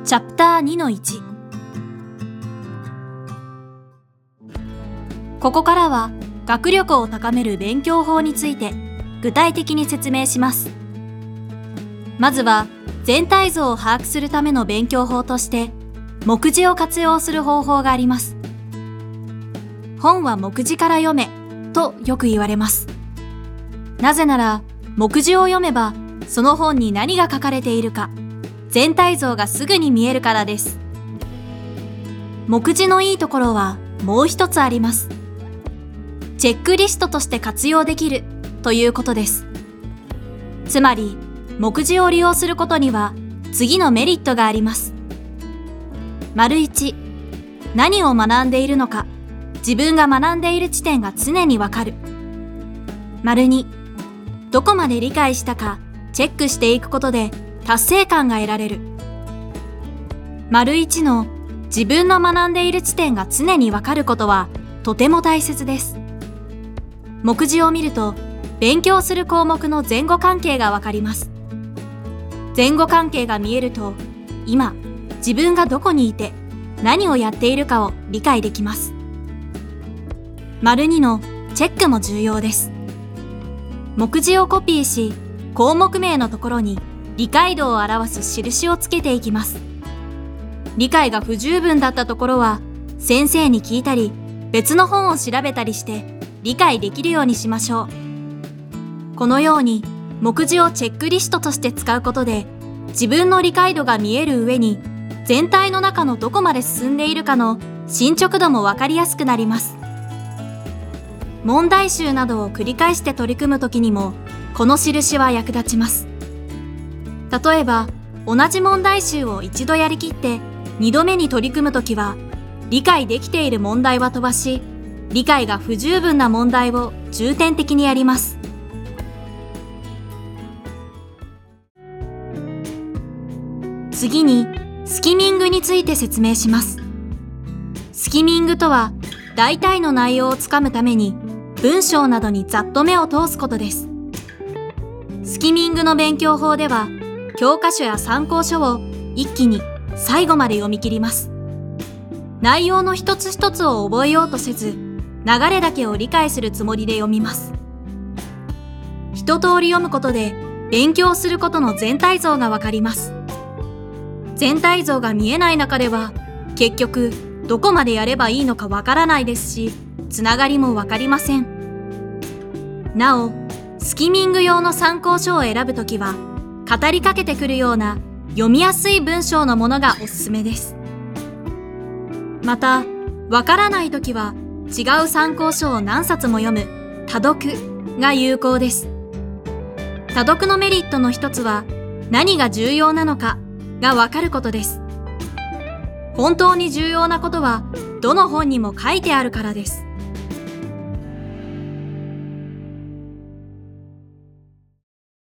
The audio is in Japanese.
チャプター 2-1。 ここからは学力を高める勉強法について具体的に説明します。まずは全体像を把握するための勉強法として目次を活用する方法があります。本は目次から読めとよく言われます。なぜなら目次を読めばその本に何が書かれているか全体像がすぐに見えるからです。目次のいいところはもう一つあります。チェックリストとして活用できるということです。つまり目次を利用することには次のメリットがあります。1、何を学んでいるのか自分が学んでいる地点が常にわかる。2、どこまで理解したかチェックしていくことで達成感が得られる。1の自分の学んでいる地点が常にわかることはとても大切です。目次を見ると勉強する項目の前後関係がわかります。前後関係が見えると今自分がどこにいて何をやっているかを理解できます。2のチェックも重要です。目次をコピーし項目名のところに理解度を表す印をつけていきます。理解が不十分だったところは先生に聞いたり別の本を調べたりして理解できるようにしましょう。このように目次をチェックリストとして使うことで自分の理解度が見える上に全体の中のどこまで進んでいるかの進捗度もわかりやすくなります。問題集などを繰り返して取り組むときにもこの印は役立ちます。例えば同じ問題集を一度やりきって2度目に取り組むときは理解できている問題は飛ばし理解が不十分な問題を重点的にやります。次にスキミングについて説明します。スキミングとは大体の内容をつかむために文章などにざっと目を通すことです。スキミングの勉強法では教科書や参考書を一気に最後まで読み切ります。内容の一つ一つを覚えようとせず流れだけを理解するつもりで読みます。一通り読むことで勉強することの全体像がわかります。全体像が見えない中では結局どこまでやればいいのかわからないですしつながりもわかりません。なおスキミング用の参考書を選ぶときは語りかけてくるような読みやすい文章のものがおすすめです。またわからないときは違う参考書を何冊も読む多読が有効です。多読のメリットの一つは何が重要なのかがわかることです。本当に重要なことはどの本にも書いてあるからです。